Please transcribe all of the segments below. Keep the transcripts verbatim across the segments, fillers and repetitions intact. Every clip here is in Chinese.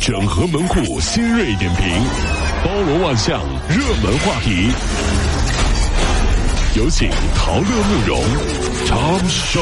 整合门户新锐点评，包罗万象，热门话题。有请陶乐慕容长寿。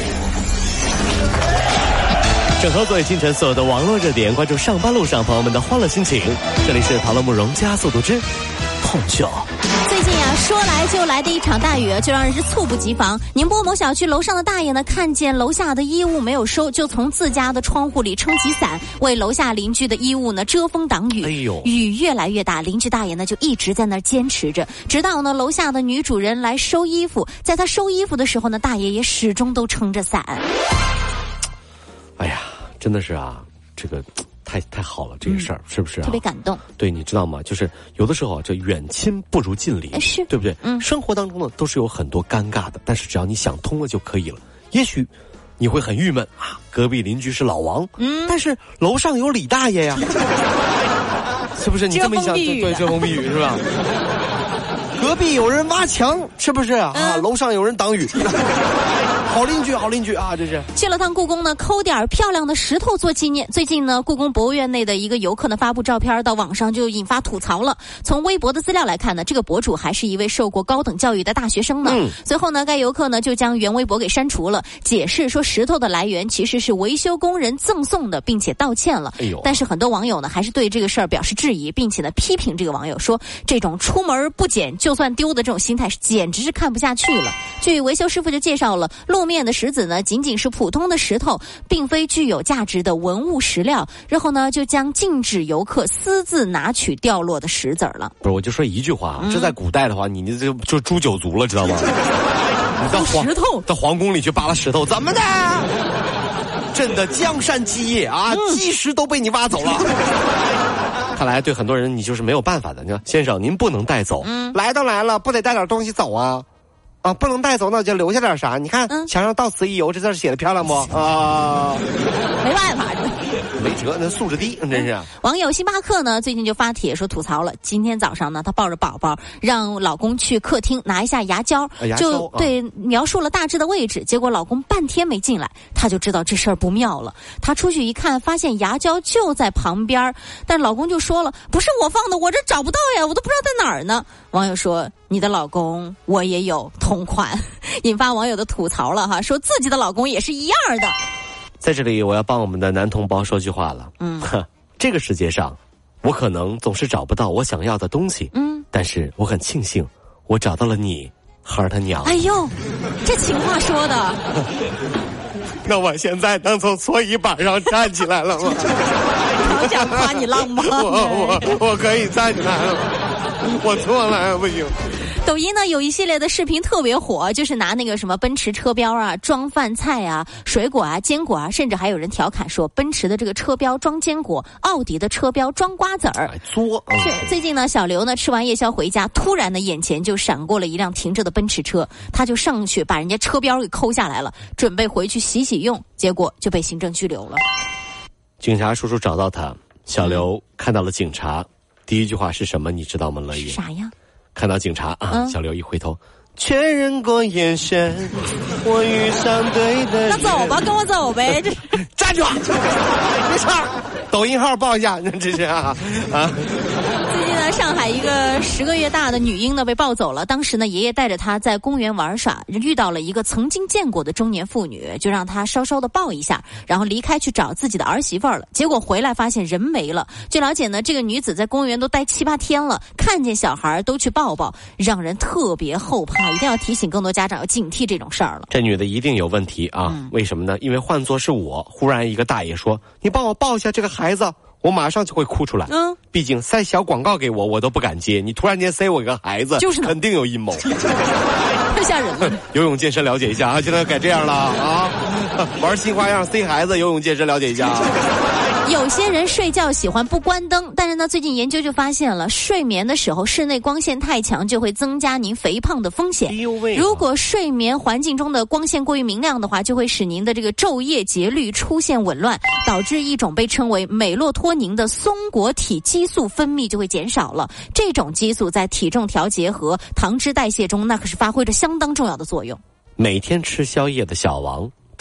整合最清晨所有的网络热点，关注上班路上朋友们的欢乐心情。这里是陶乐慕容加速度之痛秀。 最近啊，说来就来的一场大雨，就让人是猝不及防。宁波某小区楼上的大爷呢，看见楼下的衣物没有收，就从自家的窗户里撑起伞，为楼下邻居的衣物呢遮风挡雨。 哎呦， 雨越来越大，邻居大爷呢就一直在那儿坚持着，直到呢楼下的女主人来收衣服。在他收衣服的时候呢，大爷也始终都撑着伞。 哎呀，真的是啊，这个太太好了，这个事儿、嗯、是不是、啊、 特别感动？对， 你知道吗？就是有的时候啊，这远亲不如近邻， 是对不对？ 嗯， 生活当中呢都是有很多尴尬的，但是只要你想通了就可以了。也许你会很郁闷啊，隔壁邻居是老王，嗯，但是楼上有李大爷呀，是不是？你这么一想，对，遮风避雨是吧？隔壁有人挖墙，是不是啊？嗯、楼上有人挡雨。好邻居，好邻居啊！这是去了趟故宫呢，抠点漂亮的石头做纪念。最近呢，故宫博物院内的一个游客呢发布照片到网上，就引发吐槽了。从微博的资料来看呢，这个博主还是一位受过高等教育的大学生呢。嗯、随后呢，该游客呢就将原微博给删除了，解释说石头的来源其实是维修工人赠送的，并且道歉了。哎呦！但是很多网友呢还是对这个事儿表示质疑，并且呢批评这个网友说，这种出门不捡就算丢的这种心态，简直是看不下去了。据维修师傅就介绍了，路面的石子呢仅仅是普通的石头，并非具有价值的文物石料。然后呢就将禁止游客私自拿取掉落的石子了。 不是，我就说一句话，嗯、这在古代的话，你这就诛九族了，知道吗？你到皇石头到皇宫里去扒拉石头，怎么的？朕的江山基业啊，嗯、基石都被你挖走了。看来对很多人你就是没有办法的。你说，先生您不能带走，嗯、来都来了，不得带点东西走啊？啊，不能带走，那就留下点啥？你看，嗯、墙上到此一游，这字写的漂亮不？啊， 没办法， 没辙，那素质低，真是。 网友星巴克呢，最近就发帖说吐槽了。今天早上呢，她抱着宝宝，让老公去客厅拿一下牙胶， 啊、牙胶就对、啊、描述了大致的位置。结果老公半天没进来，她就知道这事儿不妙了。她出去一看，发现牙胶就在旁边，但老公就说了，不是我放的，我这找不到呀，我都不知道在哪儿呢。网友说，你的老公我也有同款，引发网友的吐槽了哈，说自己的老公也是一样的。 在这里我要帮我们的男同胞说句话了， 嗯， 这个世界上我可能总是找不到我想要的东西，嗯，但是我很庆幸我找到了你，孩儿他娘。 哎呦，这情话说的。 那我现在能从搓衣板上站起来了吗？ 好想夸你浪漫。 我我我可以站起来了，我错了，不行。 抖音呢有一系列的视频特别火，就是拿那个什么奔驰车标啊装饭菜啊、水果啊、坚果啊，甚至还有人调侃说奔驰的这个车标装坚果，奥迪的车标装瓜子儿。 作。 是最近呢，小刘呢吃完夜宵回家，突然的眼前就闪过了一辆停着的奔驰车，他就上去把人家车标给抠下来了，准备回去洗洗用，结果就被行政拘留了。 警察叔叔找到他，小刘看到了警察，第一句话是什么？你知道吗？乐意啥呀？ 看到警察啊，嗯、小刘一回头，确认过眼神，我遇上对的人。 那走吧，跟我走呗。这站住，没事儿。抖音号报一下，这是啊啊。 最近呢，上海一个十个月大的女婴呢被抱走了。当时呢，爷爷带着她在公园玩耍，遇到了一个曾经见过的中年妇女，就让她稍稍的抱一下，然后离开去找自己的儿媳妇儿了。结果回来发现人没了。据了解呢，这个女子在公园都待七八天了，看见小孩都去抱抱，让人特别后怕。一定要提醒更多家长要警惕这种事儿了。 这女的一定有问题啊！嗯、为什么呢？因为换作是我，忽然一个大爷说：“你帮我抱一下这个孩子。”我马上就会哭出来。嗯，毕竟塞小广告给我，我都不敢接。你突然间塞我一个孩子， 就是肯定有阴谋， 太吓人了。 游泳健身了解一下啊，现在改这样了啊，玩新花样塞孩子，游泳健身了解一下啊。 有些人睡觉喜欢不关灯，但是呢，最近研究就发现了，睡眠的时候室内光线太强，就会增加您肥胖的风险。哎呦喂！如果睡眠环境中的光线过于明亮的话，就会使您的这个昼夜节律出现紊乱，导致一种被称为美洛托宁的松果体激素分泌就会减少了。这种激素在体重调节和糖脂代谢中，那可是发挥着相当重要的作用。 每天吃宵夜的小王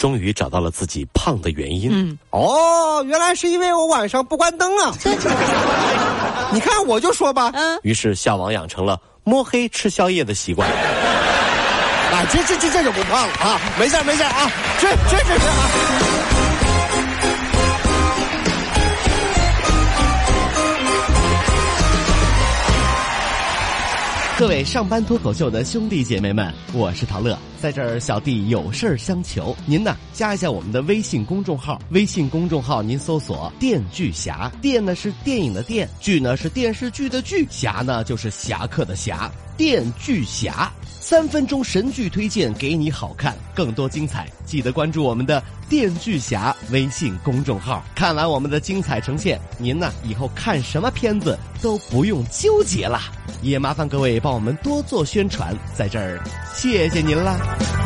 终于找到了自己胖的原因。 嗯， 哦，原来是因为我晚上不关灯啊！你看，我就说吧。嗯。于是夏王养成了摸黑吃宵夜的习惯。啊，这这这这就不胖了啊！没事没事啊，这这这这啊。 各位上班脱口秀的兄弟姐妹们，我是陶乐，在这儿小弟有事儿相求，您呢加一下我们的微信公众号，微信公众号您搜索电锯侠，电呢是电影的电，剧呢是电视剧的剧，侠呢就是侠客的侠，电锯侠，三分钟神剧推荐给你好看，更多精彩记得关注我们的电锯侠微信公众号。看完我们的精彩呈现，您呢以后看什么片子都不用纠结啦，也麻烦各位帮我们多做宣传，在这儿谢谢您啦。